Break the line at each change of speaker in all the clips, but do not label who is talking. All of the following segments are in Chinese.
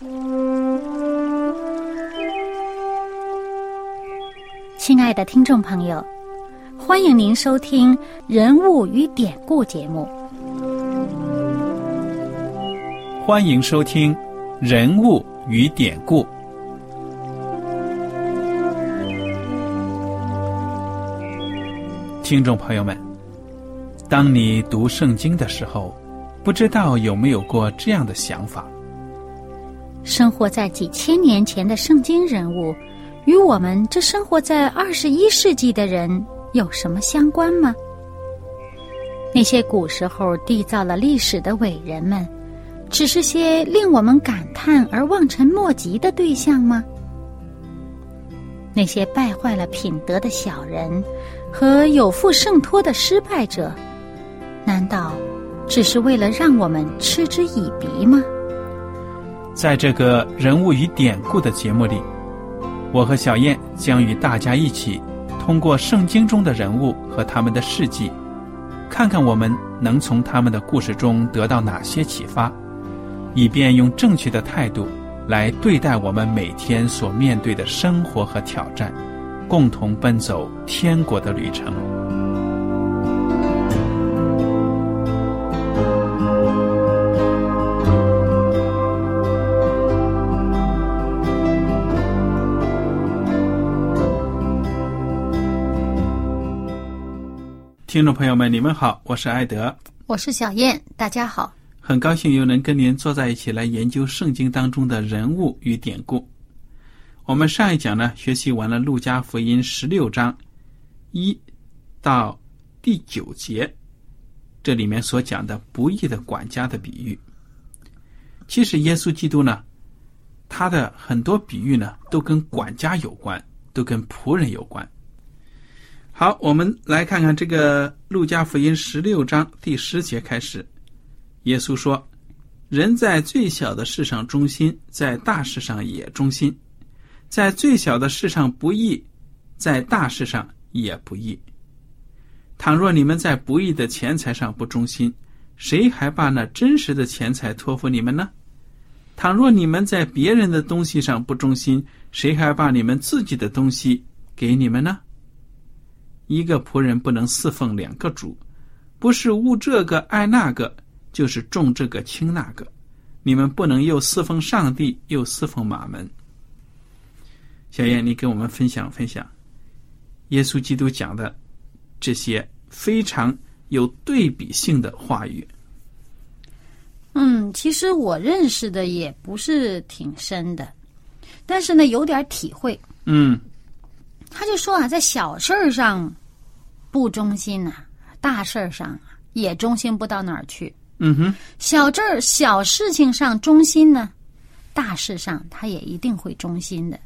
亲爱的听众朋友，欢迎您收听《人物与典故》节目。
欢迎收听《人物与典故》。听众朋友们，当你读圣经的时候，不知道有没有过这样的想法：
生活在几千年前的圣经人物，与我们这生活在21世纪的人有什么相关吗？那些古时候缔造了历史的伟人们，只是些令我们感叹而望尘莫及的对象吗？那些败坏了品德的小人和有负圣托的失败者，难道只是为了让我们嗤之以鼻吗？
在这个人物与典故的节目里，我和小燕将与大家一起通过圣经中的人物和他们的事迹，看看我们能从他们的故事中得到哪些启发，以便用正确的态度来对待我们每天所面对的生活和挑战，共同奔走天国的旅程。听众朋友们，你们好，我是艾德，
我是小燕，大家好。
很高兴又能跟您坐在一起来研究圣经当中的人物与典故。我们上一讲呢，学习完了路加福音16章1到第9节，这里面所讲的不义的管家的比喻。其实耶稣基督呢，他的很多比喻呢，都跟管家有关，都跟仆人有关。好，我们来看看这个路加福音16章第10节开始。耶稣说，人在最小的事上忠心，在大事上也忠心；在最小的事上不义，在大事上也不义。倘若你们在不义的钱财上不忠心，谁还把那真实的钱财托付你们呢？倘若你们在别人的东西上不忠心，谁还把你们自己的东西给你们呢？一个仆人不能侍奉2个主，不是恶这个爱那个，就是重这个轻那个。你们不能又侍奉上帝，又侍奉马门。小燕，你跟我们分享分享耶稣基督讲的这些非常有对比性的话语。
其实我认识的也不是挺深的，但是呢，有点体会。他就说啊，在小事上不忠心啊，大事上也忠心不到哪儿去。小事情上忠心呢，大事上他也一定会忠心的。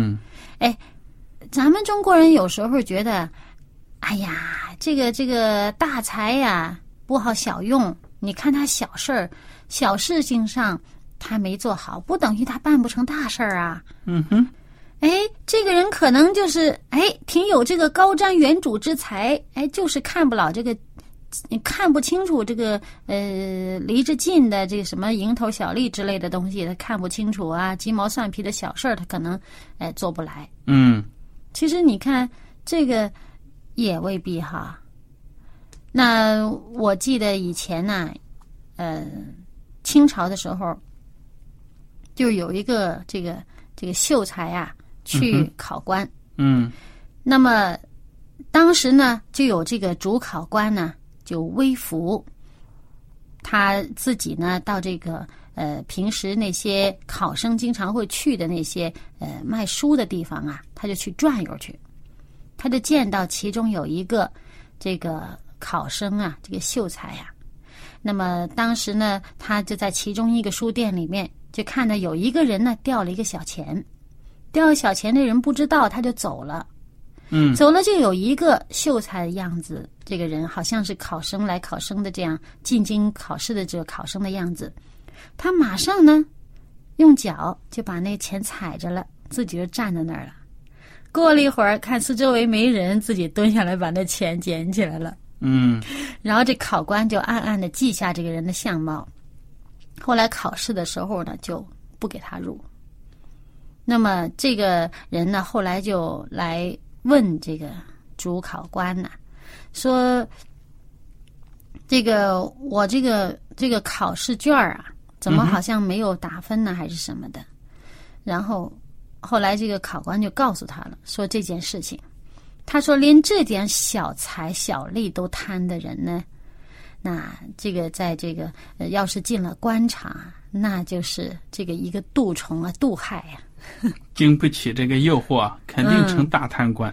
咱们中国人有时候觉得，哎呀，这个大财呀不好小用。你看他小事情上他没做好，不等于他办不成大事啊。这个人可能就是挺有这个高瞻远瞩之才，就是看不清楚这个离着近的这个什么蝇头小利之类的东西，他看不清楚啊，鸡毛蒜皮的小事他可能做不来。其实你看这个也未必哈。那我记得以前呢，清朝的时候就有一个这个秀才啊去考官。那么当时呢，就有这个主考官呢就微服，他自己呢到这个平时那些考生经常会去的那些卖书的地方啊，他就去转悠去。他就见到其中有一个这个考生啊，这个秀才啊。那么当时呢，他就在其中一个书店里面就看到有一个人呢掉了一个小钱，掉了小钱的人不知道，他就走了。走了就有一个秀才的样子，这个人好像是考生来考生的这样进京考试的这个考生的样子，他马上呢用脚就把那钱踩着了，自己就站在那儿了。过了一会儿，看四周围没人，自己蹲下来把那钱捡起来了。然后这考官就暗暗地记下这个人的相貌。后来考试的时候呢，就不给他入。那么这个人呢，后来就来问这个主考官呢，说我这个考试卷啊，怎么好像没有打分呢，还是什么的？然后后来这个考官就告诉他了，说这件事情，他说连这点小财小利都贪的人呢，那这个在这个要是进了官场，那就是这个一个蠹虫啊，蠹害呀。
经不起这个诱惑，肯定成大贪官。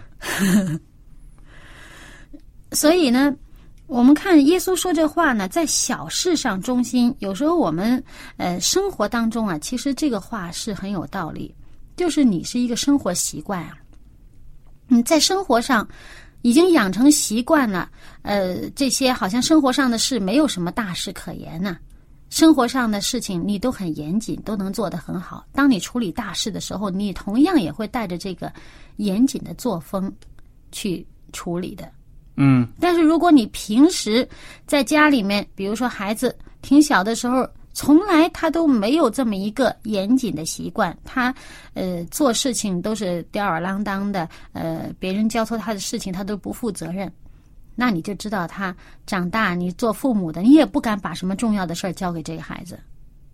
所以呢，我们看耶稣说这话呢，在小事上忠心。有时候我们生活当中啊，其实这个话是很有道理，就是你是一个生活习惯啊，你在生活上已经养成习惯了，这些好像生活上的事没有什么大事可言呢。生活上的事情你都很严谨，都能做得很好。当你处理大事的时候，你同样也会带着这个严谨的作风去处理的。但是如果你平时在家里面，比如说孩子挺小的时候，从来他都没有这么一个严谨的习惯，他做事情都是吊儿郎当的，别人交托他的事情他都不负责任，那你就知道他长大，你做父母的，你也不敢把什么重要的事儿交给这个孩子。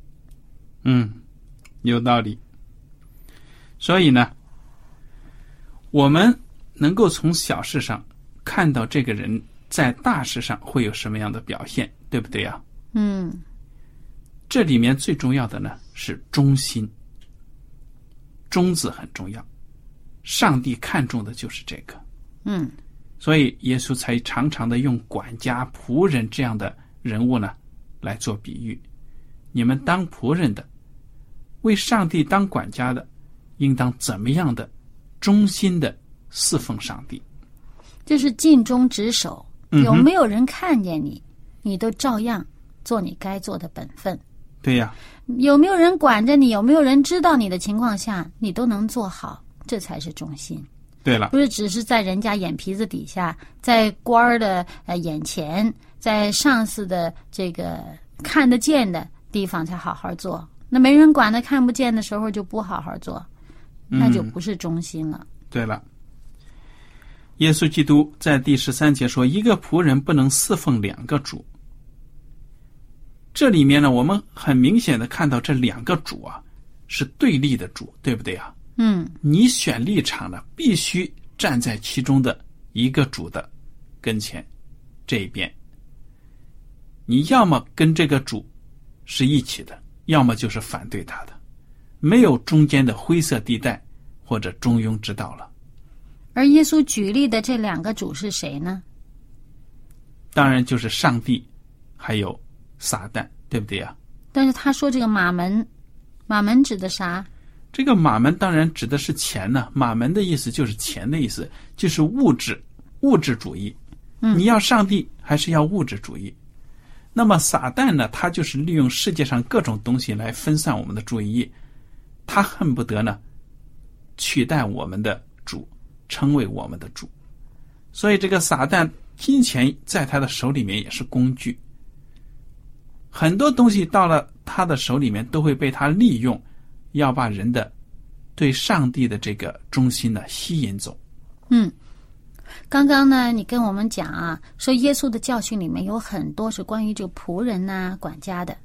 有道理。所以呢，我们能够从小事上看到这个人在大事上会有什么样的表现，对不对啊？这里面最重要的呢是忠心，忠字很重要，上帝看重的就是这个。所以耶稣才常常的用管家、仆人这样的人物呢来做比喻。你们当仆人的，为上帝当管家的，应当怎么样的忠心的侍奉上帝，
就是尽忠职守。有没有人看见你，你都照样做你该做的本分。
对呀。
有没有人管着你，有没有人知道你的情况下，你都能做好，这才是忠心。
对了，
不是只是在人家眼皮子底下，在官儿的眼前，在上司的这个看得见的地方才好好做，那没人管的看不见的时候就不好好做，那就不是忠心了。
对了，耶稣基督在第13节说，一个仆人不能侍奉两个主。这里面呢，我们很明显的看到这两个主啊是对立的主，对不对啊？你选立场呢，必须站在其中的一个主的跟前这一边，你要么跟这个主是一起的，要么就是反对他的，没有中间的灰色地带或者中庸之道了。
而耶稣举例的这两个主是谁呢？
当然就是上帝还有撒旦，对不对啊？
但是他说这个马门，马门指的啥？
这个马门当然指的是钱呢，马门的意思就是钱的意思，就是物质主义。你要上帝还是要物质主义？那么撒旦呢，他就是利用世界上各种东西来分散我们的注意力，他恨不得呢取代我们的主，成为我们的主。所以这个撒旦金钱在他的手里面也是工具，很多东西到了他的手里面都会被他利用，要把人的对上帝的这个忠心呢吸引走。
刚刚呢你跟我们讲啊，说耶稣的教训里面有很多是关于这个仆人啊管家的。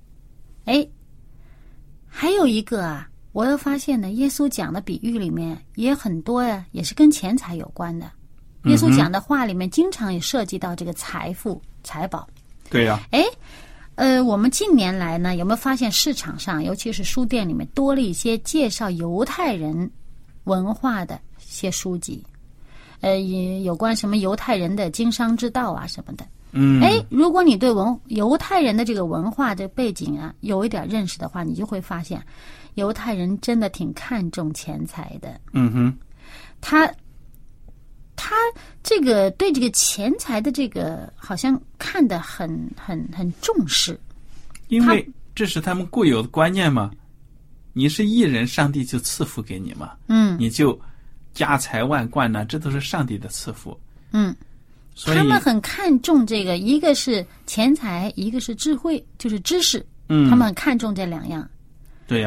还有一个啊，我又发现呢，耶稣讲的比喻里面也很多呀，也是跟钱财有关的。耶稣讲的话里面经常也涉及到这个财富财宝。
对呀。
我们近年来呢，有没有发现市场上，尤其是书店里面多了一些介绍犹太人文化的一些书籍，也有关什么犹太人的经商之道啊什么的。如果你对犹太人的这个文化的背景啊有一点认识的话，你就会发现犹太人真的挺看重钱财的。他这个对这个钱财的这个好像看得很重视，
因为这是他们固有的观念嘛。你是义人，上帝就赐福给你嘛。你就家财万贯呢，这都是上帝的赐福。所以
他们很看重这个，一个是钱财，一个是智慧，就是知识。他们很看重这两样。
对呀。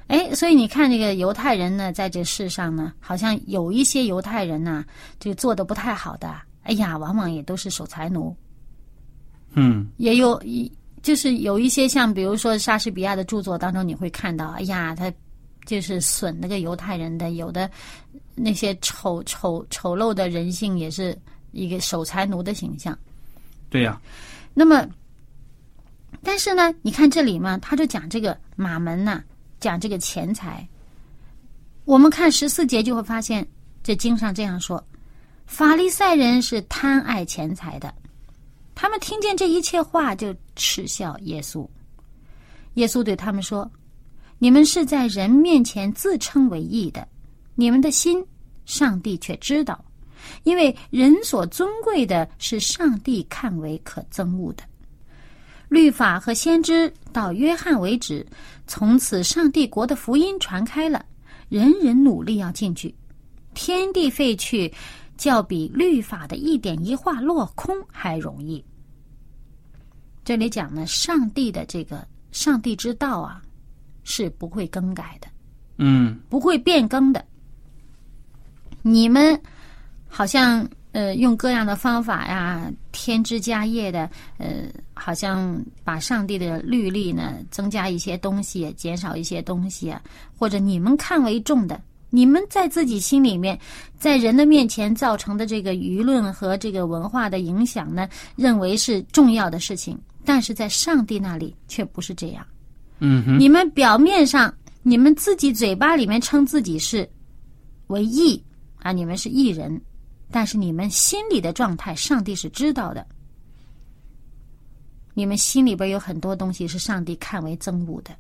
所以你看这个犹太人呢，在这世上呢，好像有一些犹太人呢，这个做的不太好的，往往也都是守财奴。也有就是有一些像比如说莎士比亚的著作当中，你会看到，他就是损那个犹太人的，有的那些丑陋的人性，也是一个守财奴的形象。
对呀。
那么，但是呢，你看这里嘛，他就讲这个马门呐，讲这个钱财。我们看14节就会发现，这经上这样说：法利赛人是贪爱钱财的。他们听见这一切话，就嗤笑耶稣。耶稣对他们说：你们是在人面前自称为义的，你们的心上帝却知道，因为人所尊贵的是上帝看为可憎恶的。律法和先知到约翰为止，从此上帝国的福音传开了，人人努力要进去，天地废去，较比律法的一点一画落空还容易。这里讲呢，上帝的这个上帝之道啊，是不会更改的，不会变更的。你们好像用各样的方法呀，添枝加叶的，好像把上帝的律例呢增加一些东西，减少一些东西啊，或者你们看为重的，你们在自己心里面，在人的面前造成的这个舆论和这个文化的影响呢，认为是重要的事情，但是在上帝那里却不是这样。你们表面上，你们自己嘴巴里面称自己是为义啊，你们是义人，但是你们心里的状态，上帝是知道的。你们心里边有很多东西是上帝看为憎恶的。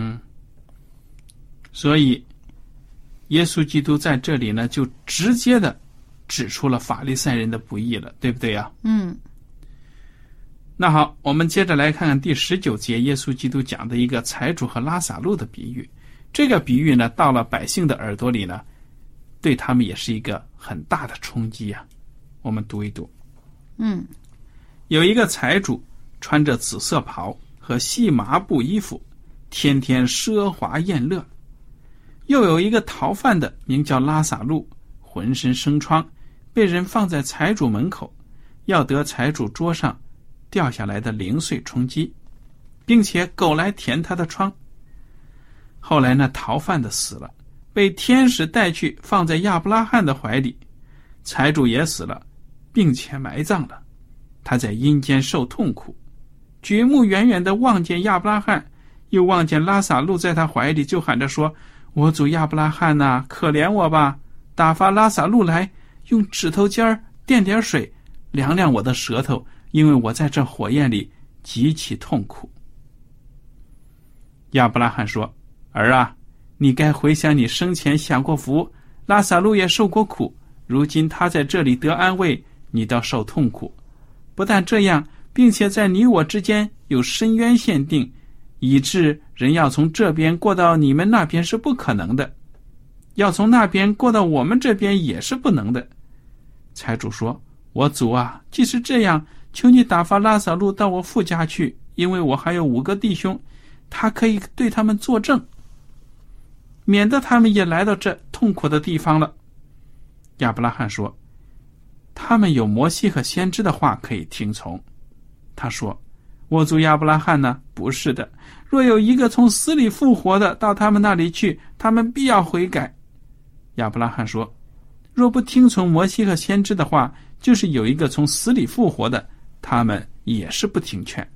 所以耶稣基督在这里呢，就直接的指出了法利赛人的不义了，对不对呀？那好，我们接着来看看第19节，耶稣基督讲的一个财主和拉撒路的比喻。这个比喻呢，到了百姓的耳朵里呢，对他们也是一个很大的冲击啊。我们读一读。有一个财主穿着紫色袍和细麻布衣服，天天奢华宴乐。又有一个逃犯的，名叫拉撒路，浑身生疮，被人放在财主门口，要得财主桌上掉下来的零碎充饥，并且狗来舔他的疮。后来那逃犯的死了，被天使带去放在亚伯拉罕的怀里，财主也死了，并且埋葬了。他在阴间受痛苦，举目远远地望见亚伯拉罕，又望见拉撒路在他怀里，就喊着说：我主亚伯拉罕啊，可怜我吧，打发拉撒路来，用指头尖垫点水，凉凉我的舌头，因为我在这火焰里极其痛苦。亚伯拉罕说：儿啊，你该回想你生前享过福，拉撒路也受过苦，如今他在这里得安慰，你倒受痛苦。不但这样，并且在你我之间有深渊限定，以致人要从这边过到你们那边是不可能的，要从那边过到我们这边也是不能的。财主说：我主啊，既是这样，求你打发拉撒路到我父家去，因为我还有5个弟兄，他可以对他们作证，免得他们也来到这痛苦的地方了。亚伯拉罕说：他们有摩西和先知的话可以听从。他说：我主亚伯拉罕呢？不是的，若有一个从死里复活的到他们那里去，他们必要悔改。亚伯拉罕说：若不听从摩西和先知的话，就是有一个从死里复活的，他们也是不听劝。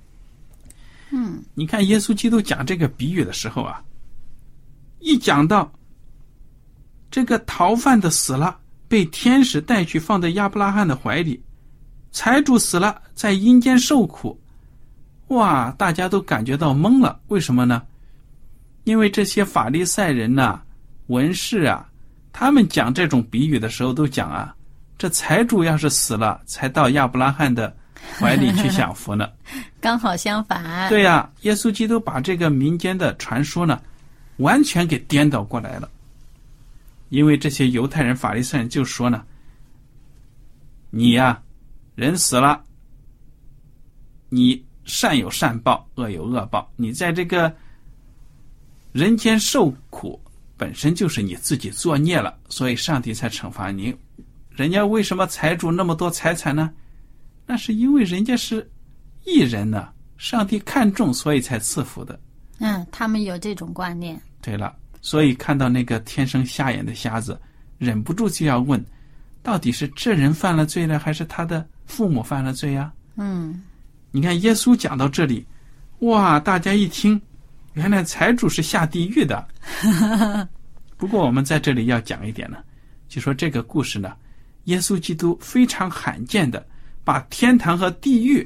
你看耶稣基督讲这个比喻的时候啊，一讲到这个逃犯的死了，被天使带去放在亚伯拉罕的怀里，财主死了，在阴间受苦。哇，大家都感觉到懵了。为什么呢？因为这些法利赛人啊，文士啊，他们讲这种比喻的时候都讲啊，这财主要是死了，才到亚伯拉罕的怀里去享福呢。
刚好相反。
对呀，耶稣基督把这个民间的传说呢，完全给颠倒过来了。因为这些犹太人法利赛人就说呢，你呀，人死了，你善有善报，恶有恶报，你在这个人间受苦本身就是你自己作孽了，所以上帝才惩罚你。人家为什么财主那么多财产呢？那是因为人家是义人呢，上帝看重，所以才赐福的。
他们有这种观念。
对了，所以看到那个天生瞎眼的瞎子，忍不住就要问，到底是这人犯了罪了，还是他的父母犯了罪呀？你看耶稣讲到这里，哇，大家一听，原来财主是下地狱的。不过我们在这里要讲一点呢，就说这个故事呢，耶稣基督非常罕见的把天堂和地狱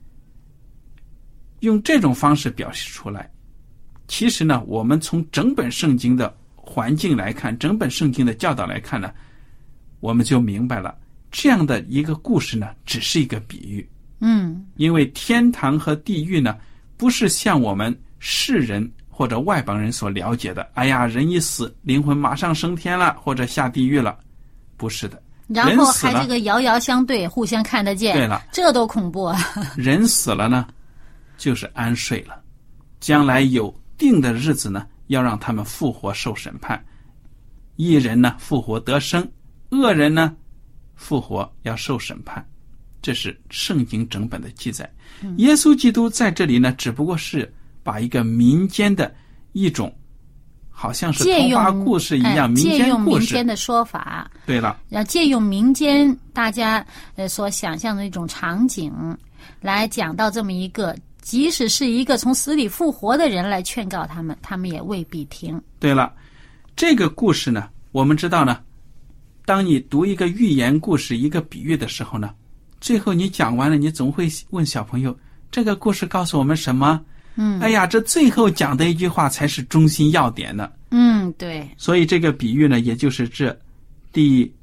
用这种方式表示出来。其实呢，我们从整本圣经的环境来看，整本圣经的教导来看呢，我们就明白了，这样的一个故事呢，只是一个比喻。因为天堂和地狱呢，不是像我们世人或者外邦人所了解的，哎呀，人一死，灵魂马上升天了，或者下地狱了，不是的。
然后还这个遥遥相对，互相看得见。
对了，
这多恐怖啊！
人死了呢，就是安睡了，将来有定的日子呢，要让他们复活受审判。义人呢，复活得生；恶人呢，复活要受审判。这是圣经整本的记载。耶稣基督在这里呢，只不过是把一个民间的一种好像是童话故事一样，民间故事，
借用民间的说法。
对了，
要借用民间大家所想象的一种场景，来讲到这么一个，即使是一个从死里复活的人来劝告他们，他们也未必听。
对了，这个故事呢，我们知道呢，当你读一个寓言故事、一个比喻的时候呢，最后你讲完了，你总会问小朋友，这个故事告诉我们什么？哎呀，这最后讲的一句话才是中心要点呢。
对。
所以这个比喻呢，也就是这第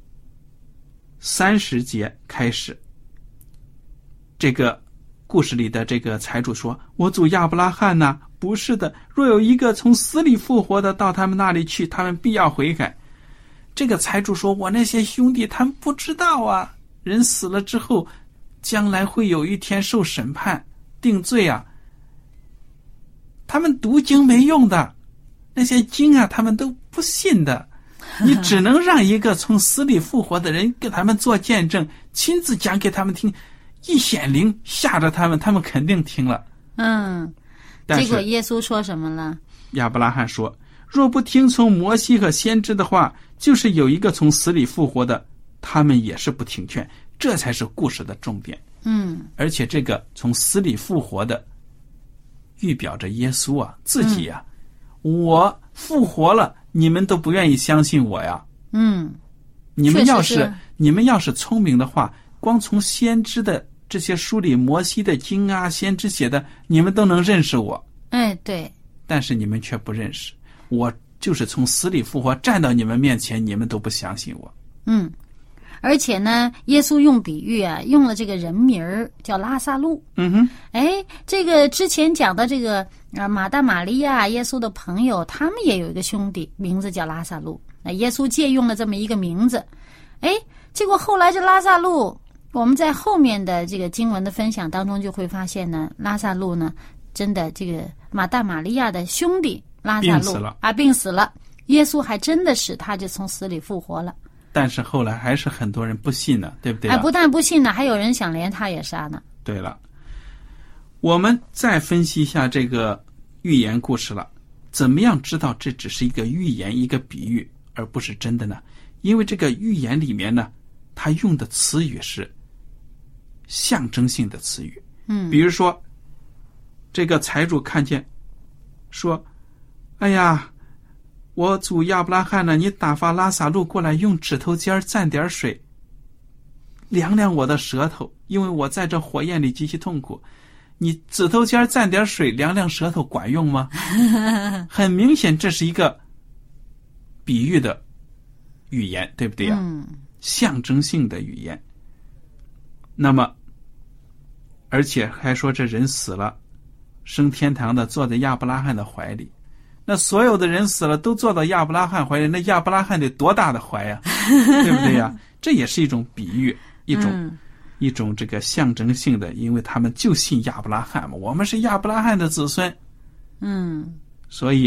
30节开始，这个故事里的这个财主说，我主亚伯拉罕呐，不是的，若有一个从死里复活的到他们那里去，他们必要悔改。这个财主说，我那些兄弟他们不知道啊，人死了之后将来会有一天受审判定罪啊，他们读经没用的，那些经啊他们都不信的，你只能让一个从死里复活的人给他们做见证，亲自讲给他们听，一显灵吓着他们，他们肯定听了。
结果耶稣说什么了？
亚伯拉罕说，若不听从摩西和先知的话，就是有一个从死里复活的，他们也是不听劝。这才是故事的重点。而且这个从死里复活的预表着耶稣啊，自己啊，我复活了，你们都不愿意相信我呀。你们要是聪明的话，光从先知的这些书里，摩西的经啊，先知写的，你们都能认识我。
对。
但是你们却不认识我，就是从死里复活，站到你们面前，你们都不相信我。
而且呢，耶稣用比喻啊，用了这个人名叫拉撒路。这个之前讲的这个马大马利亚，耶稣的朋友，他们也有一个兄弟，名字叫拉撒路。那耶稣借用了这么一个名字。结果后来这拉撒路，我们在后面的这个经文的分享当中就会发现呢，拉撒路呢，真的这个马大马利亚的兄弟拉撒路病死了，耶稣还真的使他就从死里复活了。
但是后来还是很多人不信呢，对不对？
不但不信呢，还有人想连他也杀呢。
对了，我们再分析一下这个寓言故事了。怎么样知道这只是一个寓言，一个比喻，而不是真的呢？因为这个寓言里面呢，他用的词语是象征性的词语。比如说这个财主看见说，哎呀，我主亚伯拉罕呢，你打发拉撒路过来，用指头尖蘸点水凉凉我的舌头，因为我在这火焰里极其痛苦。你指头尖蘸点水凉凉舌头管用吗？很明显这是一个比喻的语言，对不对呀？象征性的语言。那么而且还说这人死了，升天堂的坐在亚伯拉罕的怀里。那所有的人死了都坐到亚伯拉罕怀里，那亚伯拉罕得多大的怀呀？对不对呀？这也是一种比喻，一种这个象征性的，因为他们就信亚伯拉罕嘛，我们是亚伯拉罕的子孙。所以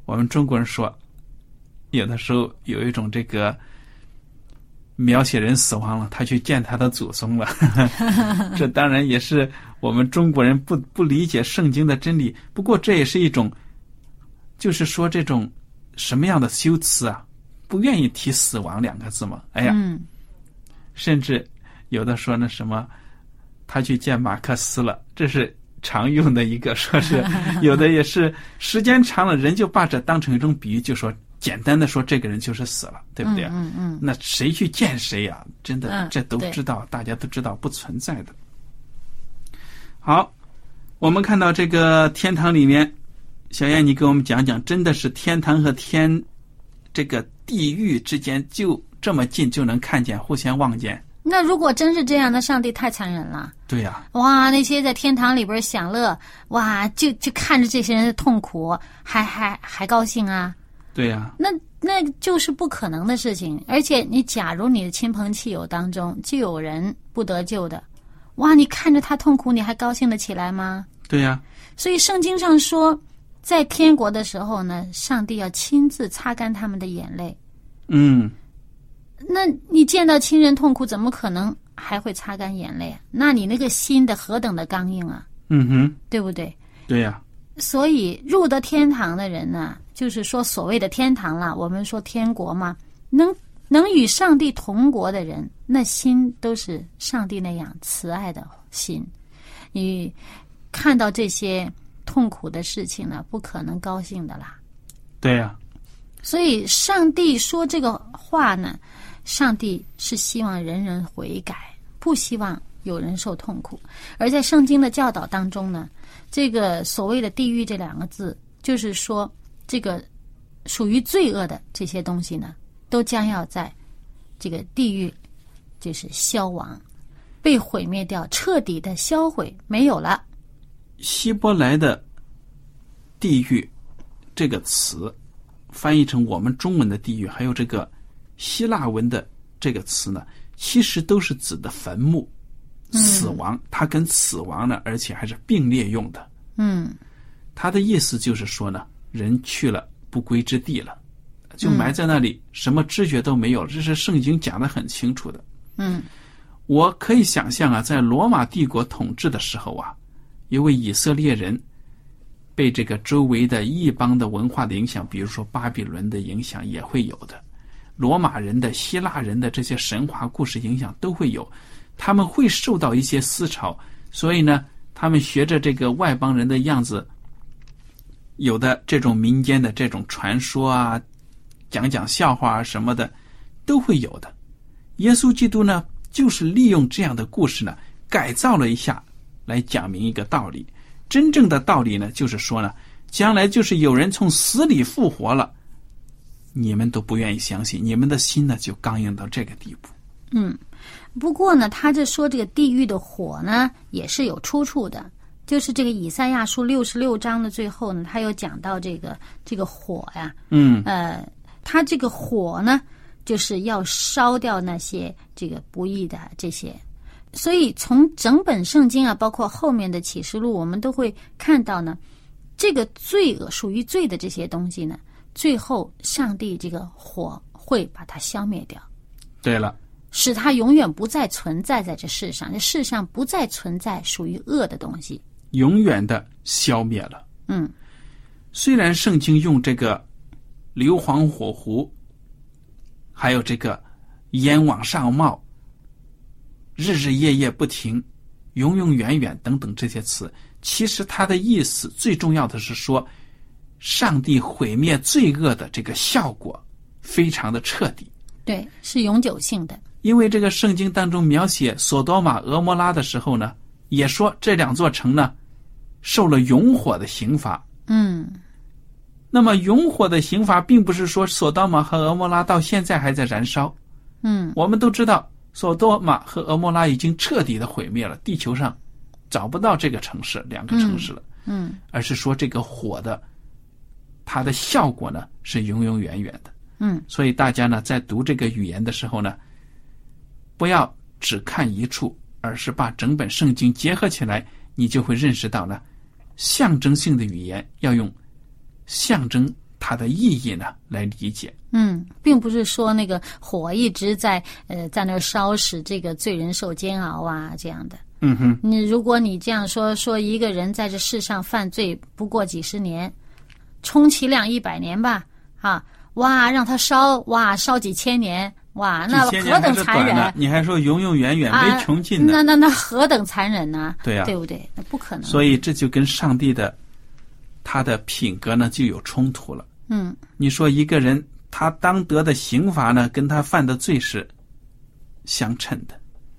我们中国人说，有的时候有一种这个描写人死亡了，他去见他的祖宗了这当然也是我们中国人不理解圣经的真理，不过这也是一种，就是说这种什么样的修辞啊，不愿意提死亡2个字嘛。哎呀，甚至有的说呢什么他去见马克思了，这是常用的一个，说是有的也是时间长了人就把这当成一种比喻，就说简单的说这个人就是死了，对不对？那谁去见谁呀？真的这都知道，大家都知道不存在的。好，我们看到这个天堂里面，小燕你给我们讲讲，真的是天堂和这个地狱之间就这么近就能看见，互相望见？
那如果真是这样，那上帝太残忍了。
对呀，
哇，那些在天堂里边享乐，哇，就看着这些人的痛苦，还高兴啊？
对呀，
那就是不可能的事情。而且你假如你的亲朋戚友当中就有人不得救的，哇，你看着他痛苦，你还高兴得起来吗？
对呀。
所以圣经上说，在天国的时候呢，上帝要亲自擦干他们的眼泪。那你见到亲人痛苦，怎么可能还会擦干眼泪啊？那你那个心的何等的刚硬啊！对不对？
对呀。
所以入得天堂的人呢，就是说所谓的天堂啦，我们说天国嘛，能与上帝同国的人，那心都是上帝那样慈爱的心。你看到这些痛苦的事情呢，不可能高兴的啦。
对呀。
所以上帝说这个话呢，上帝是希望人人悔改，不希望有人受痛苦。而在圣经的教导当中呢，这个所谓的地狱这2个字，就是说这个属于罪恶的这些东西呢，都将要在这个地狱就是消亡，被毁灭掉，彻底的销毁，没有了。
希伯来的地狱这个词翻译成我们中文的地狱，还有这个希腊文的这个词呢，其实都是指的坟墓、死亡，它跟死亡呢，而且还是并列用的。它的意思就是说呢，人去了不归之地了，就埋在那里，什么知觉都没有了，这是圣经讲得很清楚的。我可以想象啊，在罗马帝国统治的时候啊，因为以色列人被这个周围的异邦的文化的影响，比如说巴比伦的影响也会有的，罗马人的、希腊人的这些神话故事影响都会有，他们会受到一些思潮，所以呢，他们学着这个外邦人的样子，有的这种民间的这种传说啊，讲笑话啊什么的都会有的。耶稣基督呢，就是利用这样的故事呢，改造了一下来讲明一个道理。真正的道理呢，就是说呢，将来就是有人从死里复活了，你们都不愿意相信，你们的心呢就刚硬到这个地步。
不过呢，他这说这个地狱的火呢，也是有出处的。就是这个以赛亚书66章的最后呢，他有讲到这个火呀，他这个火呢，就是要烧掉那些这个不义的这些。所以从整本圣经啊，包括后面的启示录，我们都会看到呢，这个罪恶属于罪的这些东西呢，最后上帝这个火会把它消灭掉。
对了，
使它永远不再存在在这世上，这世上不再存在属于恶的东西，
永远的消灭了。虽然圣经用这个硫磺火湖，还有这个烟往上冒，日日夜夜不停，永永远远等等这些词，其实它的意思最重要的是说，上帝毁灭罪恶的这个效果非常的彻底。
对，是永久性的。
因为这个圣经当中描写索多玛、俄摩拉的时候呢，也说这2座城呢受了永火的刑罚。那么永火的刑罚并不是说索多玛和俄摩拉到现在还在燃烧。我们都知道索多玛和俄摩拉已经彻底的毁灭了，地球上找不到这个城市，2个城市了。而是说这个火的它的效果呢是永永远远的。所以大家呢在读这个语言的时候呢，不要只看一处，而是把整本圣经结合起来，你就会认识到呢，象征性的语言要用象征它它的意义呢来理解。
并不是说那个火一直在那儿烧，使这个罪人受煎熬啊这样的。如果你这样说一个人在这世上犯罪不过几十年，充其量100年吧，哇，让他烧几千年，哇，那何等残忍！
你还说永永远远没穷尽的，
那何等残忍呢？
对呀，
对不对？那不可能。
所以这就跟上帝的他的品格呢就有冲突了。你说一个人他当得的刑罚呢，跟他犯的罪是相称的。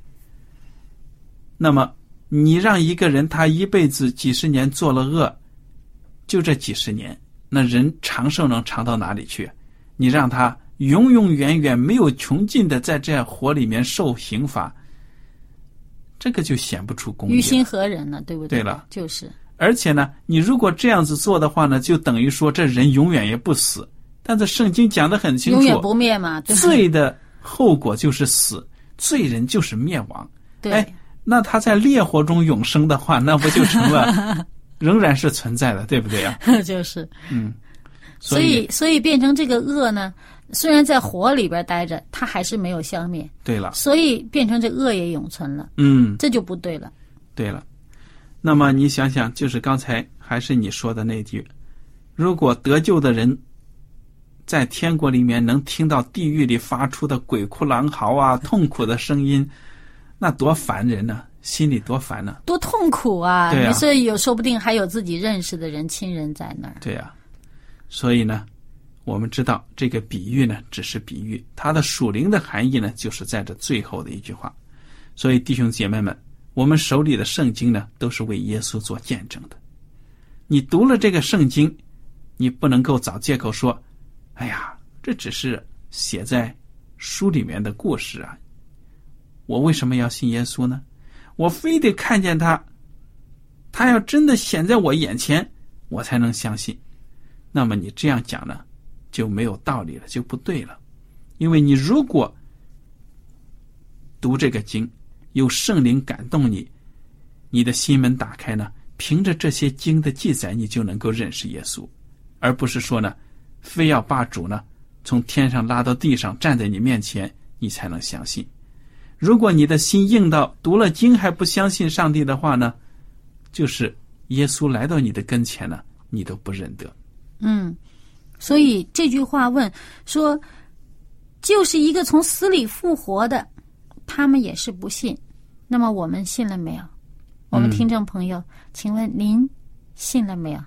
那么你让一个人他一辈子几十年做了恶，就这几十年，那人长寿能长到哪里去？你让他永永远远没有穷尽的在这火里面受刑罚，这个就显不出公义了，
于心何忍呢？对不对？
对了，
就是。
而且呢，你如果这样子做的话呢，就等于说这人永远也不死。但是圣经讲得很清楚，
永远不灭嘛。对，
罪的后果就是死，罪人就是灭亡。
对，
那他在烈火中永生的话，那不就成了仍然是存在的，对不对呀？
就是。
所
以变成这个恶呢，虽然在火里边待着，它还是没有消灭。
对了，
所以变成这恶也永存了。这就不对了。
对了，那么你想想，就是刚才还是你说的那句，如果得救的人在天国里面能听到地狱里发出的鬼哭狼嚎啊、痛苦的声音，那多烦人呢，心里多烦呢，
多痛苦啊！
对啊，
所以说不定还有自己认识的人、亲人在那儿。
对啊，所以呢，我们知道这个比喻呢只是比喻，它的属灵的含义呢就是在这最后的一句话。所以弟兄姐妹们，我们手里的圣经呢都是为耶稣做见证的。你读了这个圣经，你不能够找借口说，哎呀，这只是写在书里面的故事啊，我为什么要信耶稣呢？我非得看见他要真的显在我眼前，我才能相信。那么你这样讲呢就没有道理了，就不对了。因为你如果读这个经，有圣灵感动你，你的心门打开呢，凭着这些经的记载，你就能够认识耶稣，而不是说呢非要把主呢从天上拉到地上站在你面前，你才能相信。如果你的心硬到读了经还不相信上帝的话呢，就是耶稣来到你的跟前呢，你都不认得。
所以这句话问说，就是一个从死里复活的，他们也是不信。那么我们信了没有？我们听众朋友，请问您信了没有？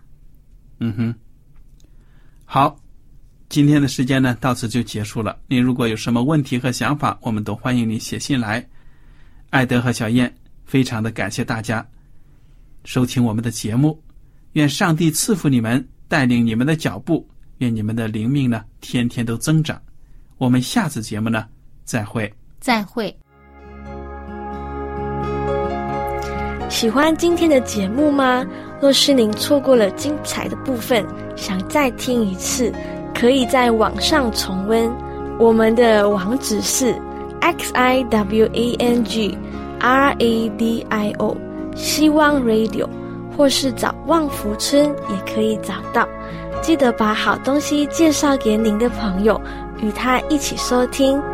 好，今天的时间呢到此就结束了。您如果有什么问题和想法，我们都欢迎您写信来。艾德和小燕非常的感谢大家收听我们的节目，愿上帝赐福你们，带领你们的脚步，愿你们的灵命呢天天都增长。我们下次节目呢再会。
喜欢今天的节目吗？若是您错过了精彩的部分，想再听一次，可以在网上重温。我们的网址是 xiwangradio 希望 radio， 或是找旺福村也可以找到。记得把好东西介绍给您的朋友，与他一起收听。